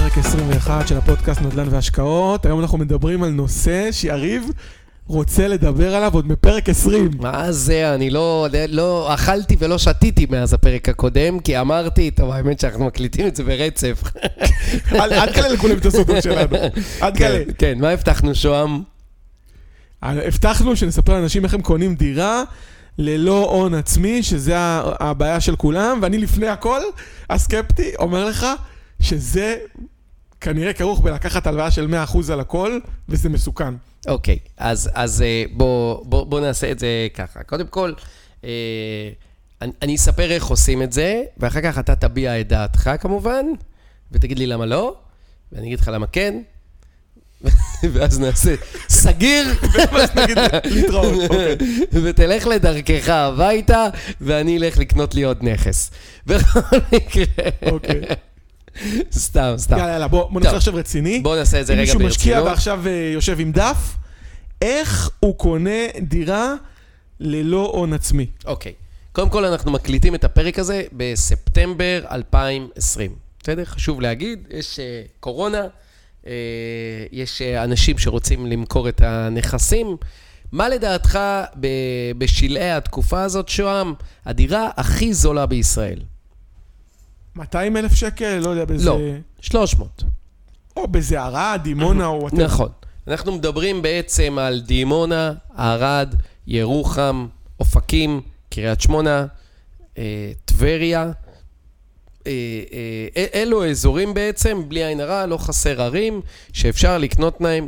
פרק 21 של הפודקאסט נדל"ן והשקעות. היום אנחנו מדברים על נושא שיריב רוצה לדבר עליו עוד מפרק 20. מה זה? אני לא אכלתי ולא שתיתי מאז הפרק הקודם, כי אמרתי, טוב, האמת שאנחנו מקליטים את זה ברצף. אל תגלה לכולם את הסודות שלנו. אל תגלה. כן, מה הבטחנו שוהם? הבטחנו שנספר לאנשים איך הם קונים דירה ללא הון עצמי, שזה הבעיה של כולם, ואני לפני הכל, הסקפטי, אומר לך שזה כנראה כרוך בלקחת הלוואה של 100% על הכל, וזה מסוכן. אוקיי, אז בוא נעשה את זה ככה. קודם כל, אני אספר איך עושים את זה, ואחר כך אתה תביע את דעתך כמובן, ותגיד לי למה לא, ואני אגיד לך למה כן, ואז נעשה סגיר, ואז נגיד להתראות, אוקיי. ותלך לדרכך הביתה, ואני אלך לקנות לי עוד נכס. בכל מקרה. אוקיי. סתם. יאללה, בוא נעשה עכשיו רציני. בוא נעשה את זה רגע ברצינות. אם מישהו משקיע ועכשיו יושב עם דף, איך הוא קונה דירה ללא הון עצמי? אוקיי. קודם כל אנחנו מקליטים את הפרק הזה בספטמבר 2020. בסדר? חשוב להגיד, יש קורונה, יש אנשים שרוצים למכור את הנכסים. מה לדעתך בשלעי התקופה הזאת, שוהם, הדירה הכי זולה בישראל? 200,000 שקל? לא יודע, באיזה... לא, 300. או באיזה ערד, דימונה או... נכון. אנחנו מדברים בעצם על דימונה, ערד, ירוחם, אופקים, קריית שמונה, טבריה. אלו אזורים בעצם, בלי עין הרע, לא חסר ערים, שאפשר לקנות להם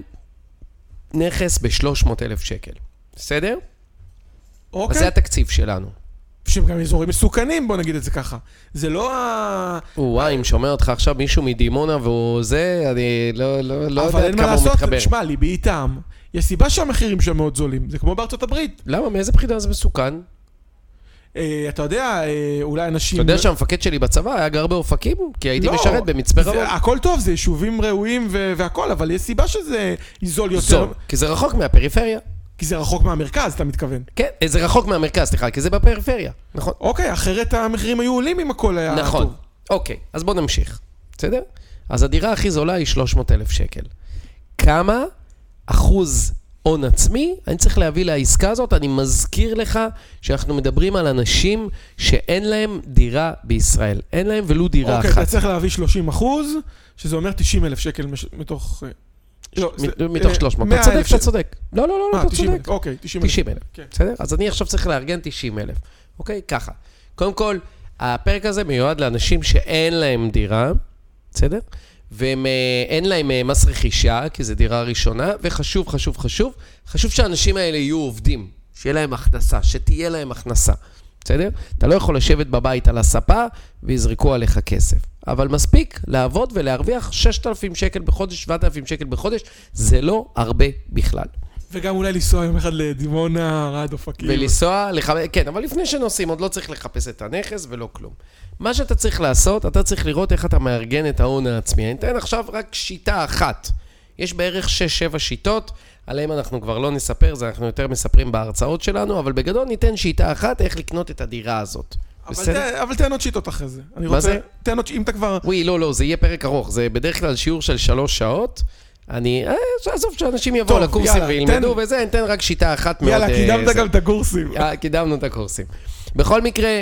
נכס ב-300,000 שקל. בסדר? אוקיי. אז זה התקציב שלנו. שהם גם אזורים מסוכנים, בוא נגיד את זה ככה. זה לא וואי, אם שומע אותך עכשיו מישהו מדימונה והוא זה, אני לא יודעת כמה הוא מתחבר. תשמע, ליבי איתם. יש סיבה שהמחירים שם מאוד זולים. זה כמו בארצות הברית. למה? מאיזה בחינה זה מסוכן? אתה יודע, אולי אנשים... אתה יודע שהמפקד שלי בצבא היה גר באופקים? כי הייתי משרת במצפה רמון. הכל טוב, זה יישובים ראויים והכל, אבל יש סיבה שזה יזול יותר. זול, כי זה רחוק מהפריפריה. כי זה רחוק מהמרכז, אתה מתכוון. כן, זה רחוק מהמרכז, סליחה, כי זה בפריפריה, נכון? אוקיי, אחרת המחירים היו עולים אם הכל היה טוב. נכון, אוקיי, אז בוא נמשיך, בסדר? אז הדירה הכי זולה היא 300,000 שקל. כמה אחוז הון עצמי אני צריך להביא לעסקה הזאת? אני מזכיר לך שאנחנו מדברים על אנשים שאין להם דירה בישראל. אין להם ולו דירה אחת. אוקיי, אתה צריך להביא 30%, שזה אומר 90,000 שקל מתוך... מתוך 300. אתה צודק, אתה צודק. לא, אתה צודק. אוקיי, 90,000. בסדר? אז אני עכשיו צריך לארגן 90,000. אוקיי? ככה. קודם כל, הפרק הזה מיועד לאנשים שאין להם דירה, בסדר? ואין להם מס רכישה, כי זו דירה ראשונה, וחשוב, חשוב שהאנשים האלה יהיו עובדים, שיהיה להם הכנסה, שתהיה להם הכנסה. בסדר? אתה לא יכול לשבת בבית על הספה ויזרקו עליך כסף. אבל מספיק לעבוד ולהרוויח 6,000 שקל בחודש, 7,000 שקל בחודש, זה לא הרבה בכלל. וגם אולי לנסוע יום אחד לדימונה, ערד, אופקים. ולנסוע, כן, אבל לפני שנוסעים עוד לא צריך לחפש את הנכס ולא כלום. מה שאתה צריך לעשות, אתה צריך לראות איך אתה מארגן את ההון העצמי. אני אתן עכשיו רק שיטה אחת. יש בערך 6-7 שיטות, עליהם אנחנו כבר לא נספר, זה אנחנו יותר מספרים בהרצאות שלנו, אבל בגדול ניתן שיטה אחת איך לקנות את הדירה הזאת. אבל תן עוד שיטות אחרי זה. מה זה? תן עוד, אם אתה כבר... לא, זה יהיה פרק ארוך. זה בדרך כלל שיעור של 3 שעות. עזוב שאנשים יבואו לקורסים וילמדו וזה, ניתן רק שיטה אחת מאוד... יאללה, קידמת גם את הקורסים. קידמנו את הקורסים. בכל מקרה,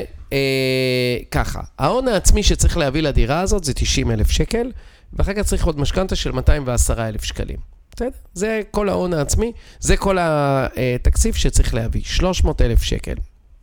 ככה, ההון העצמי שצריך להביא לדירה הזאת זה 90,000 שקל, ואחר כך צריך עוד משכנתה של 210,000 שקלים. בסדר? זה כל ההון העצמי, זה כל התקציב שצריך להביא, 300,000 שקל.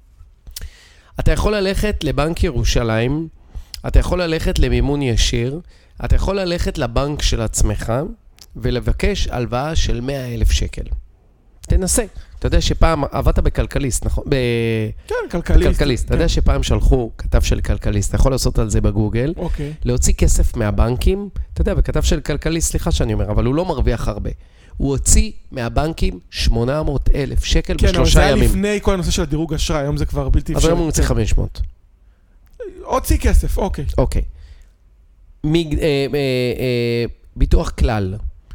אתה יכול ללכת לבנק ירושלים, אתה יכול ללכת למימון ישיר, אתה יכול ללכת לבנק של עצמך, ולבקש הלוואה של 100,000 שקל. תנסה. אתה יודע שפעם עבדת בכלכליסט, נכון? כן, כלכליסט. אתה יודע שפעם שלחו כתב של כלכליסט, אתה יכול לעשות על זה בגוגל, להוציא כסף מהבנקים, אתה יודע, בכתב של כלכליסט, סליחה שאני אומר, אבל הוא לא מרוויח הרבה. הוא הוציא מהבנקים 800,000 שקל ב3 ימים. כן, אבל זה היה לפני כל הנושא של הדירוג אשראי, היום זה כבר בלתי אפשרי. אז היום הוא הוציא 500. הוציא כסף, אוקיי. אוקיי. ביטוח כלל,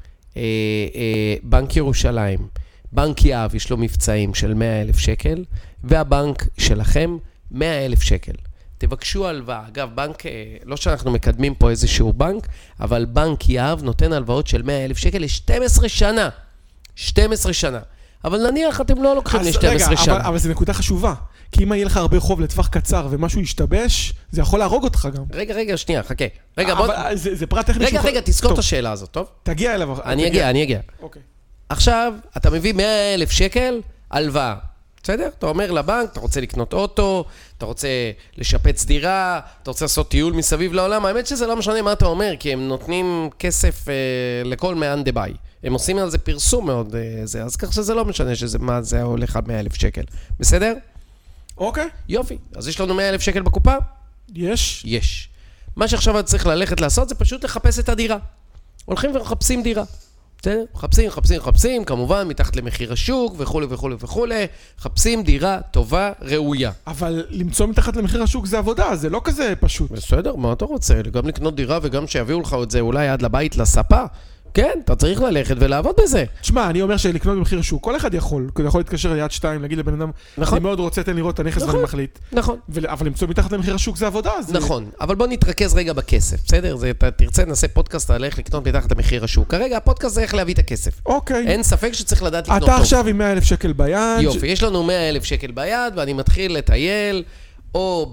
בנק ירושלים, בנק יהב יש לו מבצעים של 100,000 שקל, והבנק שלכם 100,000 שקל. תבקשו הלוואה. אגב, בנק, לא שאנחנו מקדמים פה איזשהו בנק, אבל בנק יהב נותן הלוואות של 100,000 שקל ל-12 שנה. 12 שנה. אבל נניח אתם לא לוקחים ל-12 שנה. אבל זו נקודה חשובה. כי אם יהיה לך הרבה חוב לטווח קצר ומשהו ישתבש, זה יכול להרוג אותך גם. רגע, שנייה, חכה. רגע, זה פרט טכני. רגע, תזכור את השאלה הזאת, טוב? תגיע אליו. אני אגיע. אוקיי. עכשיו, אתה מביא 100,000 שקל, הלוואה. בסדר? אתה אומר לבנק, אתה רוצה לקנות אוטו, אתה רוצה לשפץ דירה, אתה רוצה לעשות טיול מסביב לעולם. האמת שזה לא משנה מה אתה אומר, כי הם נותנים כסף לכל מאן דבאי. הם עושים על זה פרסום מאוד, אז כך שזה לא משנה מה זה הולך עד 100,000 שקל. בסדר? אוקיי. יופי. אז יש לנו 100,000 שקל בקופה? יש. מה שעכשיו אתה צריך ללכת לעשות זה פשוט לחפש את הדירה. הולכים ומחפשים דירה. בסדר? מחפשים, כמובן, מתחת למחיר השוק וכו'. חפשים דירה טובה, ראויה. אבל למצוא מתחת למחיר השוק זה עבודה, זה לא כזה פשוט. בסדר, מה אתה רוצה? גם לקנות דירה וגם שיביאו לך את זה אולי עד לבית לספה. כן, אתה צריך ללכת ולעבוד בזה. תשמע, אני אומר שלקנות במחיר השוק, כל אחד יכול להתקשר ליד 2, להגיד לבן אדם, אני מאוד רוצה, תן לראות את הנכס ואני מחליט. נכון. אבל למצוא מתחת למחיר השוק זה עבודה. נכון, אבל בוא נתרכז רגע בכסף, בסדר? אתה תרצה, נעשה פודקאסט על איך לקנות מתחת למחיר השוק. כרגע הפודקאסט זה איך להביא את הכסף. אוקיי. אין ספק שצריך לדעת לקנות טוב. אתה עכשיו עם 100,000 שקל ביד. יופי, יש לנו 100,000 שקל ביד, ואני מתחיל לטייל, או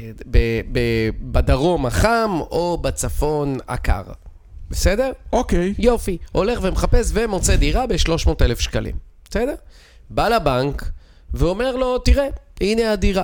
בדרום החם, או בצפון הקר. בסדר? אוקיי. יופי. הולך ומחפש ומוצא דירה ב-300,000 שקלים. בסדר? בא לבנק ואומר לו, תראה, הנה הדירה.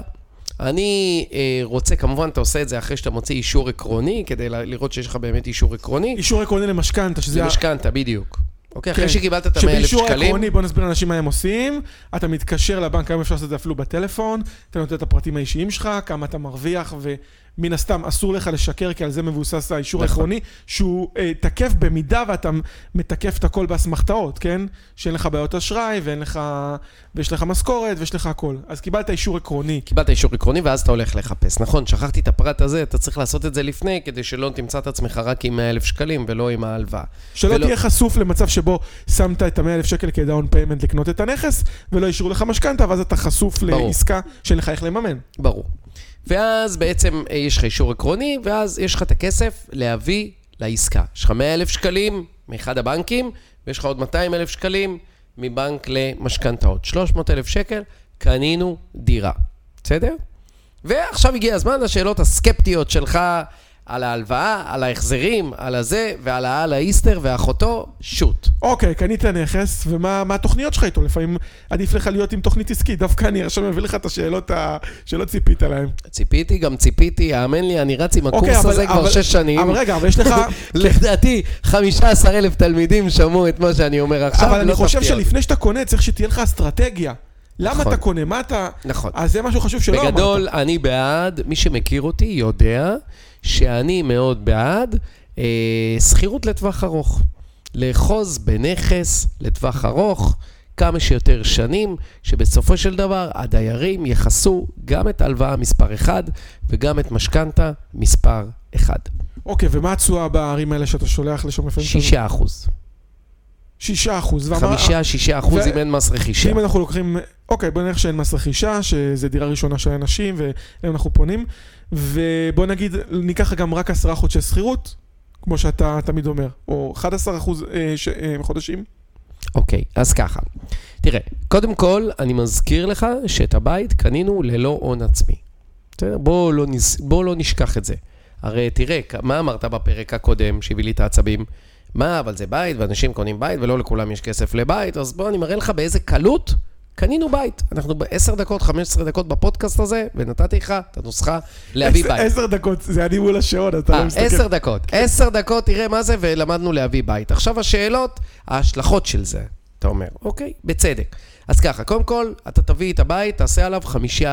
אני רוצה, כמובן אתה עושה את זה אחרי שאתה מוציא אישור עקרוני, כדי לראות שיש לך באמת אישור עקרוני. אישור עקרוני למשכנתא, שזה... למשכנתא, בדיוק. אוקיי, אחרי שקיבלת את 100,000 שקלים. שבאישור עקרוני, בוא נסביר לאנשים מה הם עושים, אתה מתקשר לבנק, היום אפשר לעשות את זה אפילו בטלפון, אתה נותן את הפרטים האישיים שלך, כמה אתה מרוויח, ומן הסתם אסור לך לשקר, כי על זה מבוסס האישור העקרוני, שהוא תקף במידה ואתה מתקף את הכל בהסמכתאות, כן? שאין לך בעיות אשראי, ויש לך משכורת, ויש לך הכל. אז קיבלת אישור עקרוני. קיבלת אישור עקרוני, ואז אתה הולך לחפש. נכון, שכחתי את הפרט הזה, אתה צריך לעשות את זה לפני, כדי שלא תמצא את עצמך רק עם 100,000 שקלים, ולא עם ההלוואה. שלא תהיה חשוף למצב שבו שמת את 100,000 שקל כדאון פיימנט לקנות את הנכס, ולא אישרו לך משכנתא, ואז אתה חשוף לעסקה שאין לך איך לממן. ברור. ואז בעצם יש לך אישור עקרוני, ואז יש לך את הכסף להביא לעסקה. יש לך 100,000 שקלים מאחד הבנקים, ויש לך עוד 200,000 שקלים מבנק למשכנתאות. 300,000 שקל, קנינו דירה. בסדר? ועכשיו הגיע הזמן לשאלות הסקפטיות שלך על ההלוואה, על ההחזרים, על הזה, ועל העל האיסטר ואחותו, שוט. אוקיי, קנית נכס, ומה התוכניות שלך איתו? לפעמים עדיף לך להיות עם תוכנית עסקית, דווקא אני עכשיו מביא לך את השאלות שלא ציפית עליהן. ציפיתי, האמן לי, אני רץ עם הקורס הזה כבר 6 שנים. אבל רגע, אבל יש לך... לדעתי, 15,000 תלמידים שמעו את מה שאני אומר עכשיו. אבל אני חושב שלפני שאתה קונה, צריך שתהיה לך אסטרטגיה. למה אתה קונה? מה אתה... נכון. אז זה משהו חשוב שלא אמרת. בגדול, אני בעד, מי שמכיר אותי יודע שאני מאוד בעד שכירות לטווח ארוך. לאחוז בנכס לטווח ארוך, כמה שיותר שנים, שבסופו של דבר הדיירים יחסו גם את הלוואה מספר 1 וגם את משכנתא מספר 1. אוקיי, ומה התשואה בערים האלה שאתה שולח לשם לפעמים? 6%. 6%. 5-6% אם אין מס רכישה. אם אנחנו לוקחים, אוקיי, בוא נראה שאין מס רכישה, שזה דירה ראשונה של אנשים, ואליהם אנחנו פונים, ובוא נגיד, ניקח גם רק 10 חודשי שכירות, כמו שאתה תמיד אומר, או 11% חודשים. אוקיי, אז ככה. תראה, קודם כל, אני מזכיר לך שאת הבית קנינו ללא הון עצמי. בוא לא נשכח את זה. הרי תראה, מה אמרת בפרק הקודם שהביא לי את העצבים? מה, אבל זה בית, ואנשים קונים בית, ולא לכולם יש כסף לבית, אז בוא אני מראה לך באיזה קלות קנינו בית. אנחנו ב10 דקות, 15 דקות בפודקאסט הזה, ונתתי לך את הנוסחה להביא בית. 10 דקות, זה אני מול השעון, אתה לא מסתכל. 10 דקות. 10 דקות, תראה מה זה, ולמדנו להביא בית. עכשיו השאלות, ההשלכות של זה, אתה אומר, אוקיי, בצדק. אז ככה, קודם כל, אתה תביא את הבית, תעשה עליו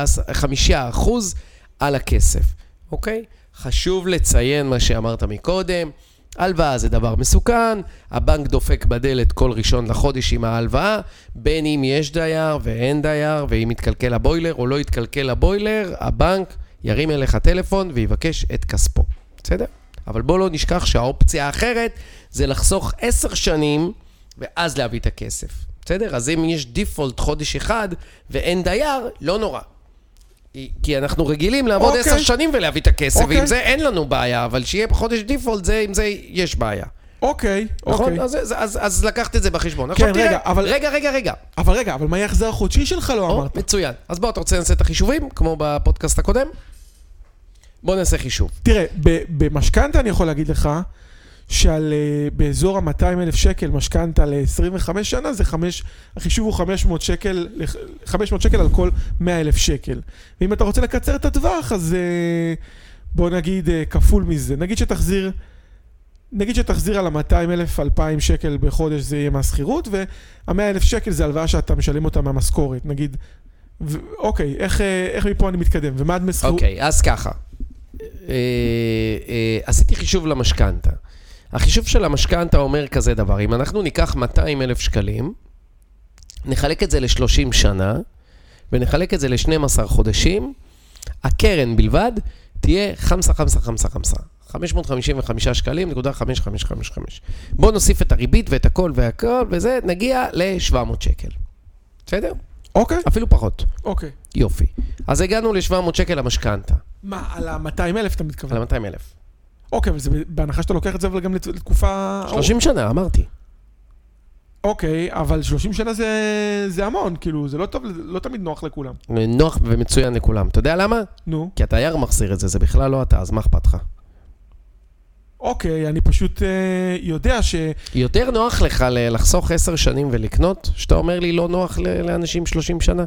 5% על הכסף, אוקיי? חשוב לציין מה שאמרת מקודם, הלוואה זה דבר מסוכן, הבנק דופק בדלת כל ראשון לחודש עם ההלוואה, בין אם יש דייר ואין דייר, ואם יתקלקל הבוילר או לא יתקלקל הבוילר, הבנק ירים אליך טלפון ויבקש את כספו. בסדר? אבל בוא לא נשכח שהאופציה האחרת זה לחסוך 10 שנים ואז להביא את הכסף. בסדר? אז אם יש דיפולט חודש אחד ואין דייר, לא נורא. כי אנחנו רגילים לעבוד 10 שנים ולהביא את הכסף, ועם זה אין לנו בעיה, אבל שיהיה בחודש דיפולט, עם זה יש בעיה. אוקיי. נכון? אז לקחת את זה בחשבון. כן, רגע. רגע. אבל מה יחזר החודשי שלך לא אמרת? מצוין. אז בוא, אתה רוצה לנסה את החישובים, כמו בפודקאסט הקודם? בוא נעשה חישוב. תראה, במשכנתה אני יכול להגיד לך, באזור ה-200,000 שקל משכנתה ל-25 שנה, החישוב הוא 500 שקל על כל 100,000 שקל. ואם אתה רוצה לקצר את הטווח, אז בוא נגיד כפול מזה. נגיד שתחזיר על ה-200,000, 2,000 שקל בחודש זה יהיה מהשכירות, וה-100,000 שקל זה הלוואה שאתה משלם אותה מהמשכורת. נגיד, אוקיי, איך מפה אני מתקדם? ומה עד משכירות? אוקיי, אז ככה. עשיתי חישוב למשכנתה. החישוב של המשכנתה אומר כזה דבר, אם אנחנו ניקח 200,000 שקלים, נחלק את זה ל-30 שנה, ונחלק את זה ל-12 חודשים, הקרן בלבד תהיה 555 שקלים, נקודה 5555. בואו נוסיף את הריבית ואת הכל והכל, וזה נגיע ל-700 שקל. בסדר? אוקיי. אפילו פחות. אוקיי. יופי. אז הגענו ל-700 שקל למשכנתה. מה, על ה-200,000 אתה מתכוון? על ה-200,000. אוקיי, אבל זה בהנחה שאתה לוקח את זה אבל גם לתקופה... 30 שנה, אמרתי. אוקיי, אבל 30 שנה זה המון, כאילו, זה לא תמיד נוח לכולם. נוח ומצוין לכולם. אתה יודע למה? נו. כי התייר מחזיר את זה, זה בכלל לא אתה, אז מה אכפת לך? אוקיי, אני פשוט יודע יותר נוח לך לחסוך 10 שנים ולקנות, שאתה אומר לי לא נוח לאנשים 30 שנה?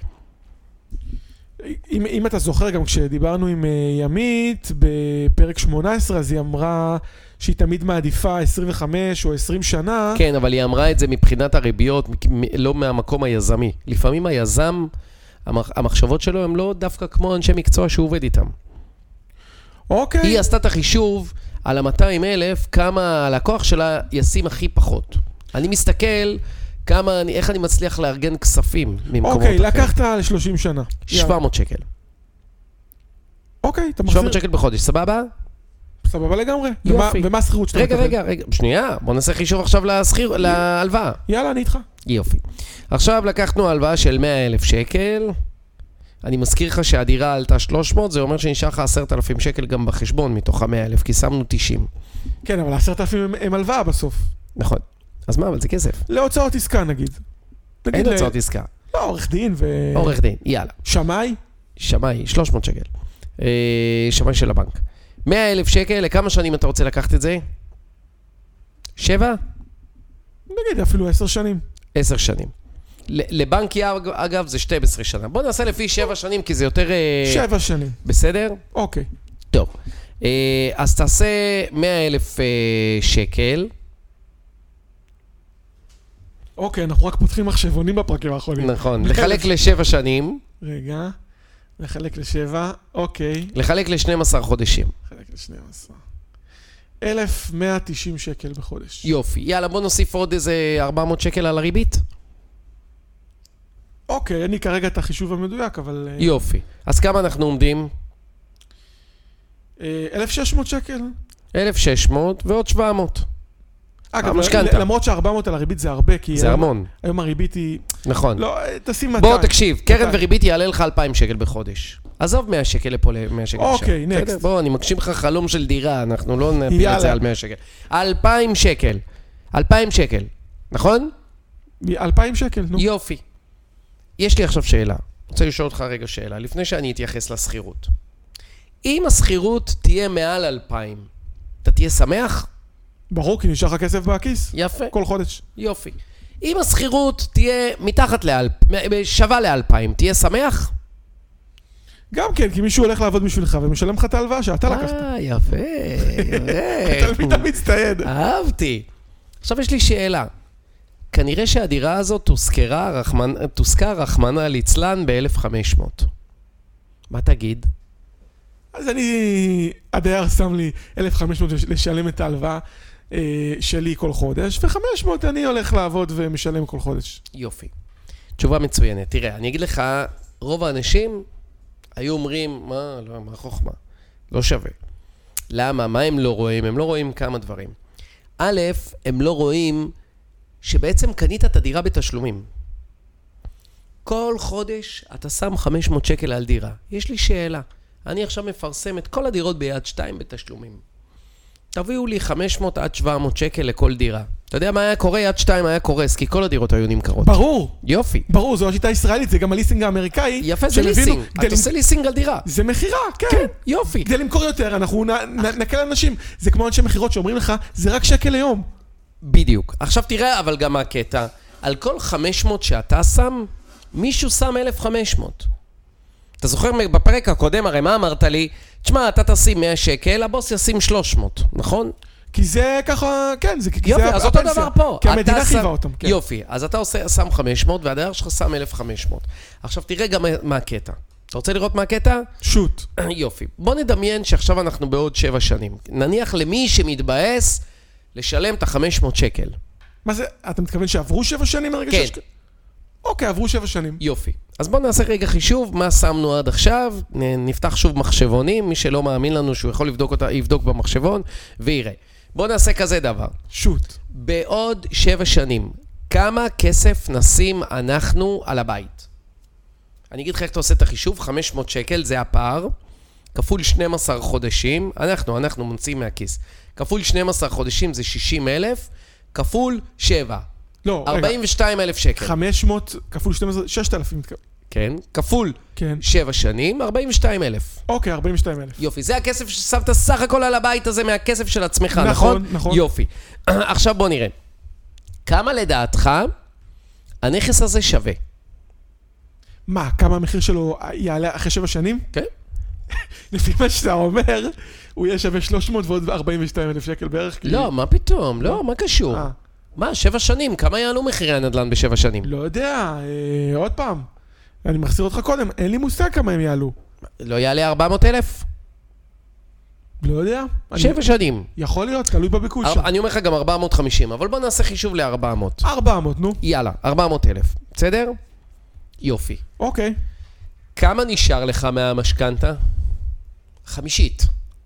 אם אתה זוכר, גם כשדיברנו עם ימית בפרק 18, אז היא אמרה שהיא תמיד מעדיפה 25 או 20 שנה. כן, אבל היא אמרה את זה מבחינת הריביות, לא מהמקום היזמי. לפעמים היזם, המחשבות שלו הם לא דווקא כמו אנשי מקצוע שהוא עובד איתם. אוקיי. היא עשתה את החישוב על ה-200,000, כמה הלקוח שלה ישים הכי פחות. אני מסתכל איך אני מצליח לארגן כספים ממקומות אחרים. אוקיי, לקחת ל-30 שנה. 700 שקל. אוקיי, אתה מחזיר... 700 שקל בחודש, סבבה? סבבה לגמרי. יופי. ומה השכירות שאתה מקבל? רגע, שנייה, בוא נעשה חישוב עכשיו להלוואה. יאללה, אני איתך. יופי. עכשיו לקחנו הלוואה של 100,000 שקל. אני מזכיר לך שהדירה עלתה 300, זה אומר שנשאר לך 10,000 שקל גם בחשבון מתוך ה-100,000, כי שמנו 90. כן, אבל 10,000 הם הלוואה בסוף. נכון. אז מה, אבל זה כסף. להוצאות עסקה נגיד. אין הוצאות עסקה. לא, עורך דין עורך דין, יאללה. שמאי? שמאי, 300 שקל. שמאי של הבנק. 100,000 שקל, לכמה שנים אתה רוצה לקחת את זה? 7? נגיד, אפילו 10 שנים. 10 שנים. לבנק יער, אגב, זה 12 שנה. בוא נעשה לפי 7 שנים, כי זה יותר... 7 שנים. בסדר? אוקיי. טוב. אז תעשה 100,000 שקל. אוקיי, אנחנו רק פותחים מחשבונים בפרקים האחרונים. נכון. לחלק ל7 שנים. רגע. לחלק ל7, אוקיי. לחלק ל12 חודשים. לחלק ל12. 1,190 שקל בחודש. יופי. יאללה, בוא נוסיף עוד איזה 400 שקל על הריבית. אוקיי, אני כרגע את החישוב המדויק, אבל... יופי. אז כמה אנחנו עומדים? 1,600 שקל. 1,600 ועוד 700. אגב, למרות ש400 על הריבית זה הרבה, כי... זה המון. היום הריבית היא... נכון. לא, תשים 200. בוא תקשיב, קרן וריבית יעלה לך 2,000 שקל בחודש. עזוב 100 שקל לפה ל100 שקל. אוקיי, נקסט. בוא, אני מקשיב לך חלום של דירה, אנחנו לא נפיל את זה על 100 שקל. 2,000 שקל. 2,000 שקל, נכון? 2,000 שקל, נו. יופי. יש לי עכשיו שאלה. רוצה לשאול אותך רגע שאלה, לפני שאני אתייחס לסחירות. אם הסחירות תהיה מעל 2,000, אתה תהיה שמח? ברור, כי נשאר לך כסף בכיס. יפה. כל חודש. יופי. אם הסחירות תהיה מתחת שווה ל2,000, תהיה שמח? גם כן, כי מישהו הולך לעבוד בשבילך ומשלם לך את ההלוואה שאתה לקחת. יפה, יפה. אתה מצטייד. אהבתי. עכשיו יש לי שאלה. כנראה שהדירה הזאת תושכר רחמנא ליצלן ב-1,500. מה תגיד? אז הדייר שם לי 1,500 לשלם את ההלוואה שלי כל חודש, ו500 אני הולך לעבוד ומשלם כל חודש. יופי. תשובה מצוינת. תראה, אני אגיד לך, רוב האנשים היו אומרים, מה חוכמה? לא שווה. למה? מה הם לא רואים? הם לא רואים כמה דברים. א', הם לא רואים שבעצם קנית את הדירה בתשלומים. כל חודש אתה שם 500 שקל על דירה. יש לי שאלה. אני עכשיו מפרסם את כל הדירות ביד 2 בתשלומים. תביאו לי 500 עד 700 שקל לכל דירה. אתה יודע מה היה קורה? יד 2 היה קורס, כי כל הדירות היו נמכרות. ברור. יופי. ברור, זו השיטה הישראלית, זה גם הליסינג האמריקאי. יפה, זה ליסינג. אתה עושה ליסינג על דירה. זה מחירה, כן. כן, יופי. כדי למכור יותר, אנחנו נקל אנשים. זה כמו אנשי מחירות שאומרים לך, זה רק שקל ליום. בדיוק. עכשיו תראה, אבל גם הקטע, על כל 500 שאתה שם, מישהו שם 1,500. אתה זוכר בפרק הקודם, הרי מה אמרת לי? תשמע, אתה תשים 100 שקל, הבוס ישים 300, נכון? כי זה ככה, כן, זה יופי, אז אותו דבר פה. כי המדינה חייבה אותם, כן. יופי, אז אתה שם 500, והדייר שלך שם 1,500. עכשיו תראה גם מה הקטע. אתה רוצה לראות מה הקטע? שוט. יופי. בוא נדמיין שעכשיו אנחנו בעוד 7 שנים. נניח למי שמתבאס לשלם את ה-500 שקל. מה זה, אתה מתכוון שעברו 7 שנים? כן. אוקיי, עברו 7 שנים. יופי. אז בוא נעשה רגע חישוב, מה שמנו עד עכשיו, נפתח שוב מחשבונים, מי שלא מאמין לנו שהוא יכול לבדוק אותה, יבדוק במחשבון ויראה. בוא נעשה כזה דבר. שוט. בעוד 7 שנים, כמה כסף נשים אנחנו על הבית? אני אגיד לך איך אתה עושה את החישוב, 500 שקל זה הפער, כפול 12 חודשים, אנחנו מוציאים מהכיס, כפול 12 חודשים זה 60,000, כפול 7. לא, 42,000 שקל. 500 כפול 12, 6,000. כן, כפול 7 שנים, 42,000. אוקיי, 42,000. יופי, זה הכסף ששמת סך הכל על הבית הזה מהכסף של עצמך, נכון? נכון. יופי. עכשיו בוא נראה. כמה לדעתך הנכס הזה שווה? מה, כמה המחיר שלו יעלה אחרי 7 שנים? כן. לפי מה שאתה אומר, הוא יהיה שווה 300 ועוד 42,000 שקל בערך. לא, מה פתאום? לא, מה קשור? מה, 7 שנים? כמה יעלו מחירי הנדל"ן ב7 שנים? לא יודע, עוד פעם. אני מחזיר אותך קודם, אין לי מושג כמה הם יעלו. לא יעלה 400,000? לא יודע. 7 שנים. יכול להיות, תלוי בביקוש. אני אומר לך גם 450, אבל בוא נעשה חישוב ל-400. 400, נו. יאללה, 400,000. בסדר? יופי. אוקיי. כמה נשאר לך מהמשכנתה? 50.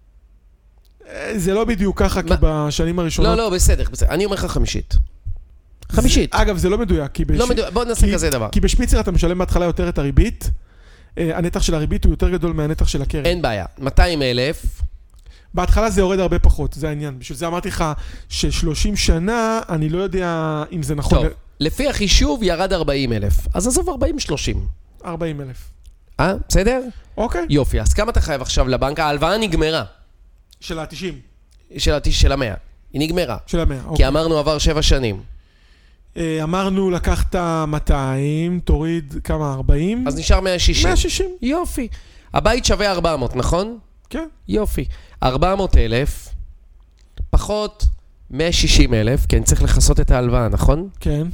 זה לא בדיוק ככה, כי בשנים הראשונות... לא, בסדר. אני אומר לך 50. 50. אגב, זה לא מדויק, כי... לא מדויק, בוא נעשה כזה דבר. כי בשפיצר אתה משלם בהתחלה יותר את הריבית, הנתח של הריבית הוא יותר גדול מהנתח של הקרן. אין בעיה. 200,000. בהתחלה זה יורד הרבה פחות, זה העניין. בשביל זה אמרתי לך ש30 שנה, אני לא יודע אם זה נכון. טוב, לפי החישוב ירד 40,000. אז עזוב 40-30. 40,000. בסדר? אוקיי. יופי, אז כמה אתה חייב עכשיו לבנק? ההלוואה נגמרה. של ה-90. של ה-100. היא נגמרה. של ה-100, אוקיי. כי אמרנו עבר 7 שנים. אמרנו לקחת 200, תוריד כמה? 40? אז נשאר 160. 160. יופי. הבית שווה 400, נכון? כן. יופי. 400,000 פחות 160,000, כן, צריך לחסות את ההלוואה, נכון? כן.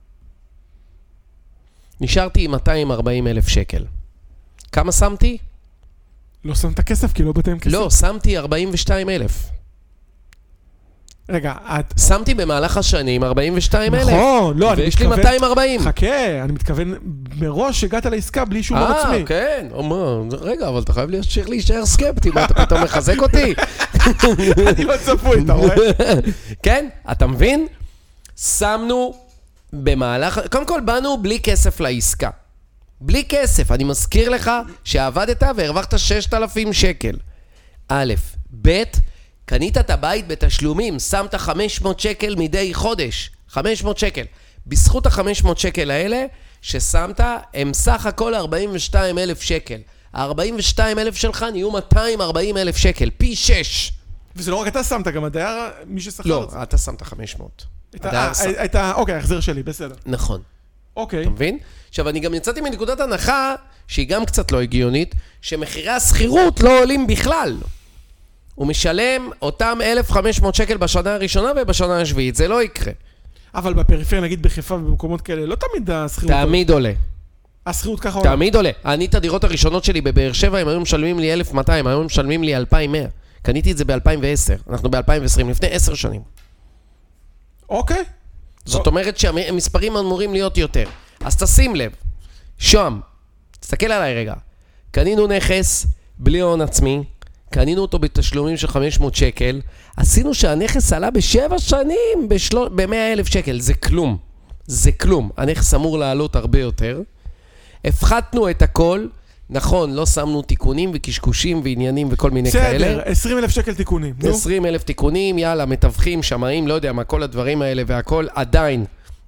נשארתי עם 240,000 שקל. כמה שמתי? לא שמת כסף, כי לא בתם כסף. לא, שמתי 42,000. רגע, שמתי במהלך השנים 42,000. נכון, לא, אני ויש לי 240. חכה, אני מתכוון, מראש הגעת לעסקה בלי שום הון עצמי. כן. רגע, אבל אתה חייב להישאר סקפטי, מה, אתה פתאום מחזק אותי? אני לא צפוי, אתה רואה? כן, אתה מבין? שמנו במהלך... קודם כל, באנו בלי כסף לעסקה. בלי כסף. אני מזכיר לך שעבדת והרווחת 6,000 שקל. א', ב', קנית את הבית בתשלומים, שמת 500 שקל מדי חודש. 500 שקל. בזכות ה-500 שקל האלה ששמת, הם סך הכל 42,000 שקל. ה-42,000 שלך נהיו 240,000 שקל, פי 6. וזה לא רק אתה שמת, גם הדייר, מי ששכר לא, את זה. אתה שמת 500. אוקיי, ההחזר שלי, בסדר. נכון. אוקיי. אתה מבין? עכשיו, אני גם יצאתי מנקודת הנחה, שהיא גם קצת לא הגיונית, שמחירי הסחירות לא עולים בכלל. הוא משלם אותם 1,500 שקל בשנה הראשונה ובשנה השביעית. זה לא יקרה. אבל בפריפריה, נגיד בחיפה ובמקומות כאלה, לא תמיד הסחירות... תמיד עולה. הסחירות ככה עולה. תמיד עולה. אני את הדירות הראשונות שלי בבאר שבע, הם היו משלמים לי 1,200, היו משלמים לי 2,100. קניתי את זה ב-2010. אנחנו ב-2020, לפני 10 שנים. אוקיי. זאת אומרת שהמספרים אמורים להיות יותר. אז תשים לב. שם, תסתכל עליי רגע. קנינו נכס בלי הון עצמי, קנינו אותו בתשלומים של 500 שקל, עשינו שהנכס עלה ב7 שנים ב100,000 שקל. זה כלום. זה כלום. הנכס אמור לעלות הרבה יותר, הפחתנו את הכל, נכון, לא שמנו תיקונים וקשקושים ועניינים וכל מיני כאלה. בסדר, 20,000 שקל תיקונים. 20,000 תיקונים, יאללה, מתווכים, שמאים, לא יודע מה, כל הדברים האלה והכל, עדיין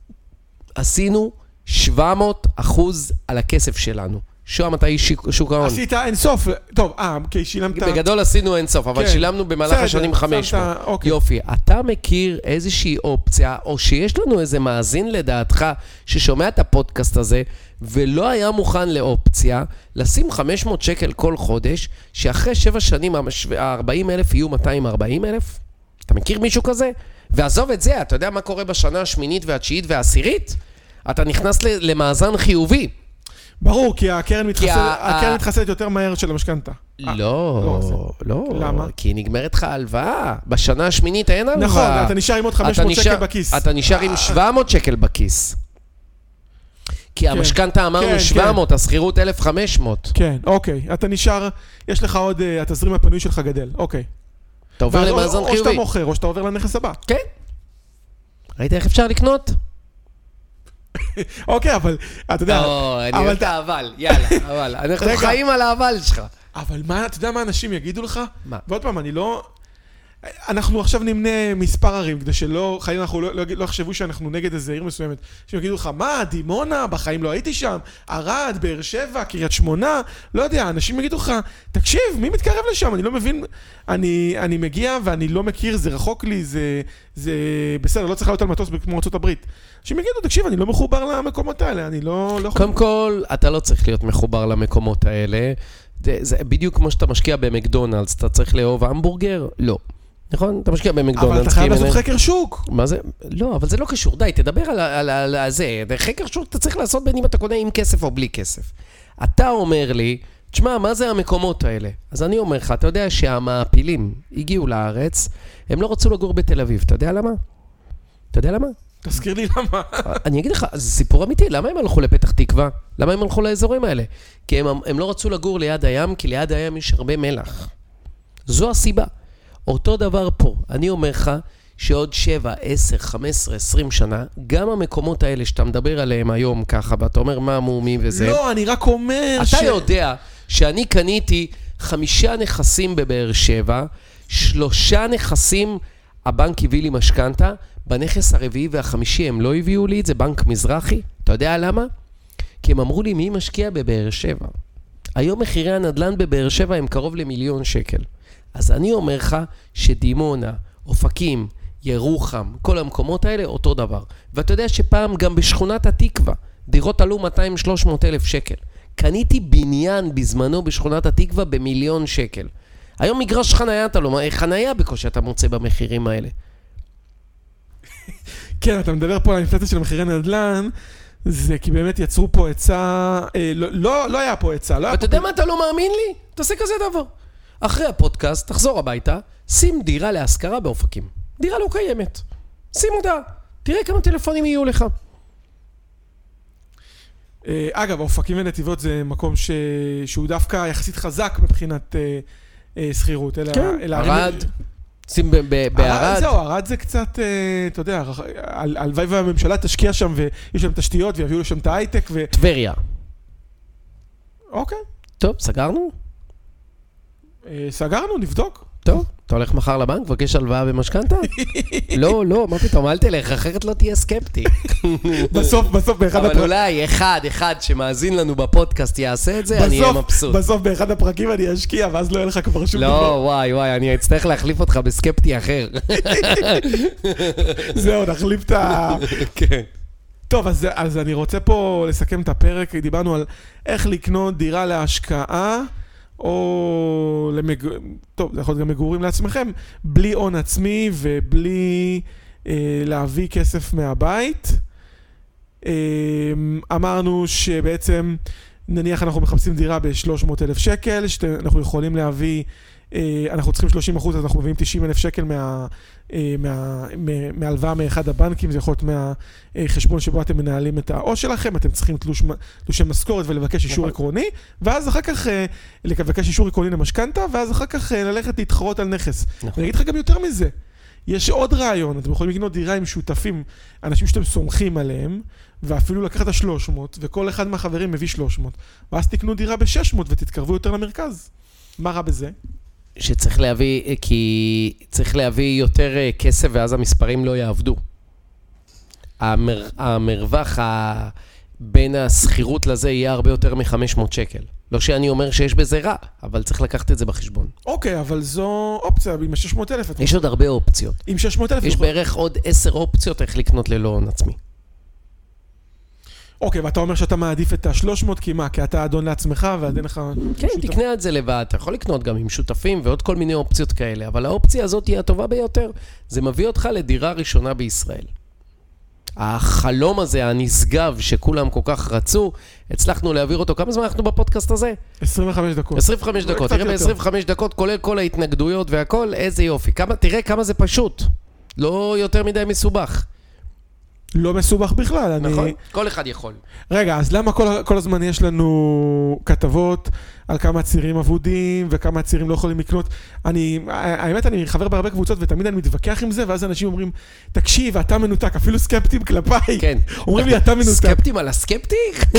עשינו 700% על הכסף שלנו. שואה, מתי שוק ההון? עשית אינסוף, טוב, כי שילמת... בגדול עשינו אינסוף, אבל שילמנו במהלך השנים 500. יופי, אתה מכיר איזושהי אופציה, או שיש לנו איזה מאזין לדעתך, ששומע את הפודקאסט הזה, ולא היה מוכן לאופציה, לשים 500 שקל כל חודש, שאחרי 7 שנים ה-40,000 יהיו 240,000? אתה מכיר מישהו כזה? ועזוב את זה, אתה יודע מה קורה בשנה השמינית והתשיעית והעשירית? אתה נכנס למאזן חיובי. ברור, כי הקרן מתחסלת יותר מהר של המשכנתה. לא. למה? כי נגמרת לך הלוואה. בשנה השמינית אין הלוואה. נכון, אתה נשאר עם עוד 500 שקל בכיס. אתה נשאר עם 700 שקל בכיס. כי המשכנתה אמרנו 700, השכירות 1,500. כן, אוקיי. אתה נשאר, יש לך עוד, התזרים הפנוי שלך גדל. אוקיי. אתה עובר למאזן חיובי. או שאתה מוכר, או שאתה עובר לנכס הבא. כן. ראית איך אפשר לקנות? אוקיי, אבל, אתה יודע... אני אוהב את האבל, יאללה, אבל. אנחנו חיים על האבל שלך. אבל מה, אתה יודע מה אנשים יגידו לך? מה? ועוד פעם, אני לא... אנחנו עכשיו נמנה מספר ערים, כדי שלא, חיים אנחנו לא יחשבו שאנחנו נגד איזה עיר מסוימת. שיגידו לך, מה, דימונה, בחיים לא הייתי שם, ערד, באר שבע, קריית שמונה, לא יודע, אנשים יגידו לך, תקשיב, מי מתקרב לשם? אני לא מבין, אני מגיע ואני לא מכיר, זה רחוק לי, זה בסדר, לא צריך להיות על מטוס כמו ארצות הברית. אנשים יגידו, תקשיב, אני לא מחובר למקומות האלה, אני לא יכול... קודם כל, אתה לא צריך להיות מחובר למקומות האלה. זה בדיוק כמו שאתה משקיע במקדונלדס, אתה צריך לאהוב המבורגר? לא. נכון? אתה משקיע במקדונלדס. אבל אתה חייב לעשות חקר שוק. מה זה? לא, אבל זה לא קשור. די, תדבר על זה. חקר שוק אתה צריך לעשות בין אם אתה קונה עם כסף או בלי כסף. אתה אומר לי, תשמע, מה זה המקומות האלה? אז אני אומר לך, אתה יודע שהמעפילים הגיעו לארץ, הם לא רצו לגור בתל אביב. אתה יודע למה? אתה יודע למה? תזכיר לי למה. אני אגיד לך, זה סיפור אמיתי. למה הם הלכו לפתח תקווה? למה הם הלכו לאזורים האלה? כי הם לא רצו לגור ליד הים, כי ליד הים יש הרבה מלח. זו הסיבה. אותו דבר פה, אני אומר לך שעוד 7, 10, 15, 20 שנה, גם המקומות האלה שאתה מדבר עליהם היום ככה, ואתה אומר מה מומי וזה. לא, אני רק אומר אתה יודע שאני קניתי 5 נכסים בבאר שבע, 3 נכסים הבנק הביא לי משכנתה, בנכס הרביעי והחמישי הם לא הביאו לי את זה, בנק מזרחי. אתה יודע למה? כי הם אמרו לי מי משקיע בבאר שבע. היום מחירי הנדל"ן בבאר שבע הם קרוב ל1,000,000 שקל. אז אני אומר לך שדימונה, אופקים, ירוחם, כל המקומות האלה אותו דבר. ואתה יודע שפעם גם בשכונת התקווה, דירות עלו 200-300 אלף שקל. קניתי בניין בזמנו בשכונת התקווה ב1,000,000 שקל. היום מגרש חנייה אתה לא, חנייה בקושי אתה מוצא במחירים האלה. כן, אתה מדבר פה על האינפלציה של מחירי נדל"ן, זה כי באמת יצרו פה עצה, לא היה פה עצה. ואתה יודע מה אתה לא מאמין לי? תעשה כזה דבר. אחרי הפודקאסט, תחזור הביתה, שים דירה להשכרה באופקים. דירה לא קיימת. שים אותה. תראה כמה טלפונים יהיו לך. אגב, אופקים ונתיבות זה מקום שהוא דווקא יחסית חזק מבחינת שכירות. כן, ערד. שים בערד. זהו, ערד זה קצת, אתה יודע, הלוואי והממשלה תשקיע שם ויש שם תשתיות ויביאו לשם את ההייטק. טבריה. אוקיי. טוב, סגרנו? סגרנו, נבדוק. טוב, אתה הולך מחר לבנק, מבקש הלוואה במשכנתה? לא, מה פתאום, אל תלך, אחרת לא תהיה סקפטי. בסוף באחד אבל אולי אחד שמאזין לנו בפודקאסט יעשה את זה, אני אהיה מבסוט. בסוף באחד הפרקים אני אשקיע, ואז לא יהיה לך כבר שום דבר. לא, וואי, אני אצטרך להחליף אותך בסקפטי אחר. זהו, נחליף את ה... כן. טוב, אז אני רוצה פה לסכם את הפרק, דיברנו על איך לקנות דירה להשקעה, או טוב, זה יכול להיות גם מגורים לעצמכם, בלי הון עצמי ובלי להביא כסף מהבית. אמרנו שבעצם, נניח אנחנו מחפשים דירה ב-300,000 שקל, שאנחנו יכולים להביא, אנחנו צריכים 30%, אז אנחנו מביאים 90,000 שקל מהלוואה מאחד הבנקים, זה יכול להיות מהחשבון שבו אתם מנהלים את העו"ש שלכם, אתם צריכים תלושי משכורת ולבקש אישור עקרוני, ואז אחר כך לבקש אישור עקרוני למשכנתה, ואז אחר כך ללכת להתחרות על נכס. אני אגיד לך גם יותר מזה, יש עוד רעיון, אתם יכולים לקנות דירה עם שותפים, אנשים שאתם סומכים עליהם, ואפילו לקחת 300, וכל אחד מהחברים מביא 300, ואז תקנו דירה ב-600 ותתקרבו יותר למרכז. מה רע בזה? שצריך להביא, כי צריך להביא יותר כסף ואז המספרים לא יעבדו. המרווח בין הסחירות לזה יהיה הרבה יותר מ-500 שקל. לא שאני אומר שיש בזה רע, אבל צריך לקחת את זה בחשבון. אוקיי, אבל זו אופציה, עם 600,000. יש עוד הרבה אופציות. עם 600,000. יש בערך עוד 10 אופציות איך לקנות ללא הון עצמי. אוקיי, ואתה אומר שאתה מעדיף את ה-300, כי מה? כי אתה אדון לעצמך ועדין לך... כן, תקנה את זה לבד, אתה יכול לקנות גם עם שותפים ועוד כל מיני אופציות כאלה, אבל האופציה הזאת היא הטובה ביותר. זה מביא אותך לדירה ראשונה בישראל. החלום הזה, הנשגב, שכולם כל כך רצו, הצלחנו להעביר אותו. כמה זמן אנחנו בפודקאסט הזה? 25 דקות. 25 דקות. תראה ב-25 דקות, כולל כל ההתנגדויות והכל, איזה יופי. תראה כמה זה פשוט. לא יותר מדי מסובך. לא מסובך בכלל. נכון, כל אחד יכול. רגע, אז למה כל הזמן יש לנו כתבות על כמה צעירים אבודים וכמה צעירים לא יכולים לקנות? האמת, אני חבר בהרבה קבוצות ותמיד אני מתווכח עם זה, ואז אנשים אומרים, תקשיב, אתה מנותק, אפילו סקפטים כלפיי. כן. אומרים לי, אתה מנותק. סקפטים על הסקפטי?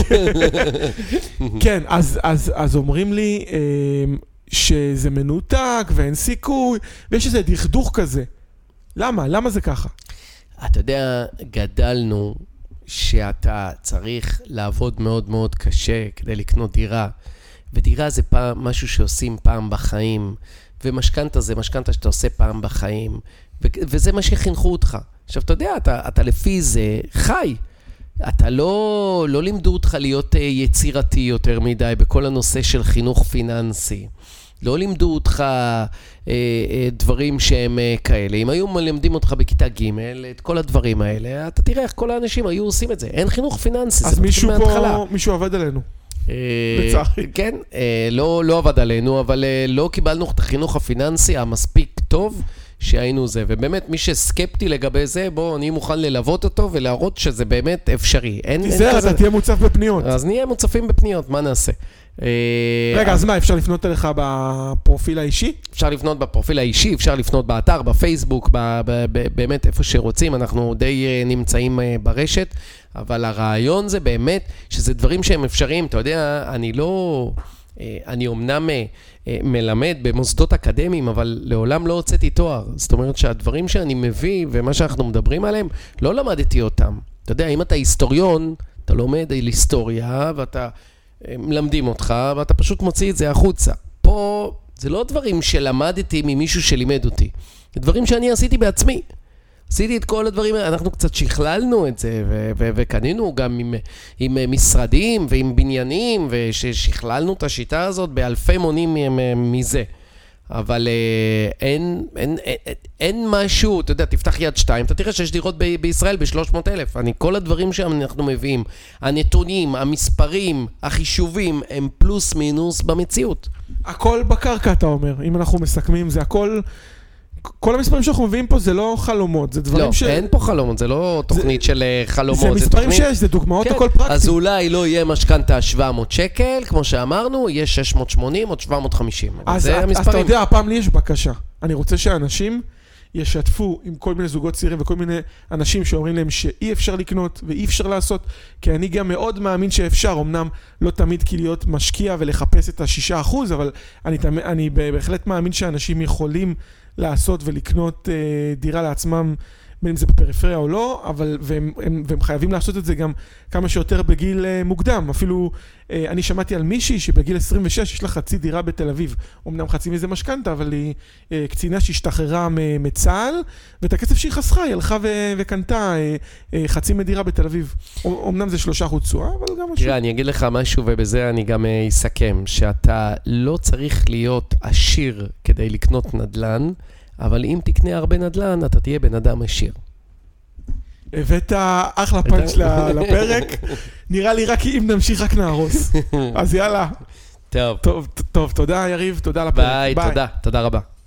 כן, אז אומרים לי שזה מנותק ואין סיכוי, ויש איזה דכדוך כזה. למה? למה זה ככה? אתה יודע, גדלנו שאתה צריך לעבוד מאוד מאוד קשה כדי לקנות דירה, ודירה זה משהו שעושים פעם בחיים, ומשכנתה זה משכנתה שאתה עושה פעם בחיים, וזה מה שחינכו אותך. עכשיו, אתה יודע, אתה לפי זה חי. אתה לא לימדו אותך להיות יצירתי יותר מדי בכל הנושא של חינוך פיננסי. לא לימדו אותך דברים שהם כאלה. אם היו מלמדים אותך בכיתה ג' את כל הדברים האלה, אתה תראה איך כל האנשים היו עושים את זה. אין חינוך פיננסי, אז מישהו פה, מישהו עבד עלינו. בצערי. כן, לא עבד עלינו, אבל לא קיבלנו את החינוך הפיננסי המספיק טוב שהיינו זה. ובאמת, מי שסקפטי לגבי זה, אני מוכן ללוות אותו ולהראות שזה באמת אפשרי. תיזהר, אתה תהיה מוצף בפניות. אז נהיה מוצפים בפניות, מה נעשה? רגע, אז מה, אפשר לפנות אליך בפרופיל האישי? אפשר לפנות בפרופיל האישי, אפשר לפנות באתר, בפייסבוק, באמת איפה שרוצים, אנחנו די נמצאים ברשת, אבל הרעיון זה באמת שזה דברים שהם אפשריים, אתה יודע, אני אומנם מלמד במוסדות אקדמיים, אבל לעולם לא הוצאתי תואר, זאת אומרת שהדברים שאני מביא ומה שאנחנו מדברים עליהם, לא למדתי אותם. אתה יודע, אם אתה היסטוריון, אתה לומד על היסטוריה ואתה מלמדים אותך, ואתה פשוט מוציא את זה החוצה. פה זה לא דברים שלמדתי ממישהו שלימד אותי. זה דברים שאני עשיתי בעצמי. עשיתי את כל הדברים, אנחנו קצת שכללנו את זה, וקנינו גם עם משרדים ועם בניינים, ושכללנו את השיטה הזאת באלפי מונים מזה. אבל אין משהו, אתה יודע, תפתח יד 2, אתה תראה שיש דירות בישראל ב-300,000. כל הדברים שאנחנו מביאים, הנתונים, המספרים, החישובים, הם פלוס מינוס במציאות. הכל בקרקע, אתה אומר. אם אנחנו מסכמים, זה הכל... כל המספרים שאנחנו מביאים פה זה לא חלומות, זה דברים לא, אין פה חלומות, זה לא תוכנית של חלומות. זה מספרים שיש, זה דוגמאות, הכל פרקטי. אז אולי לא יהיה משכנתה 700 שקל, כמו שאמרנו, יהיה 680 או 750. אז אתה יודע, הפעם לי יש בקשה. אני רוצה שאנשים ישתפו עם כל מיני זוגות צעירים וכל מיני אנשים שאומרים להם שאי אפשר לקנות ואי אפשר לעשות, כי אני גם מאוד מאמין שאפשר, אמנם לא תמיד כי להיות משקיע ולחפש את ה6%, אבל אני בהחלט מאמין שאנשים יכולים לעשות ולקנות דירה לעצמם, בין אם זה בפריפריה או לא, אבל והם חייבים לעשות את זה גם כמה שיותר בגיל מוקדם. אפילו אני שמעתי על מישהי שבגיל 26 יש לה חצי דירה בתל אביב, אמנם חצי מזה משכנתה, אבל היא קצינה שהשתחררה מצה"ל, ואת הכסף שהיא חסכה, היא הלכה וקנתה חצי מדירה בתל אביב. אמנם זה 3% תשואה, אבל גם משהו. תראה, אני אגיד לך משהו, ובזה אני גם אסכם, שאתה לא צריך להיות עשיר כדי לקנות נדל"ן, אבל אם תקנה הרבה נדל"ן, אתה תהיה בן אדם עשיר. הבאת אחלה פאנץ' לפרק. נראה לי רק אם נמשיך רק נהרוס. אז יאללה. טוב, תודה יריב, תודה לפרק. ביי, תודה רבה.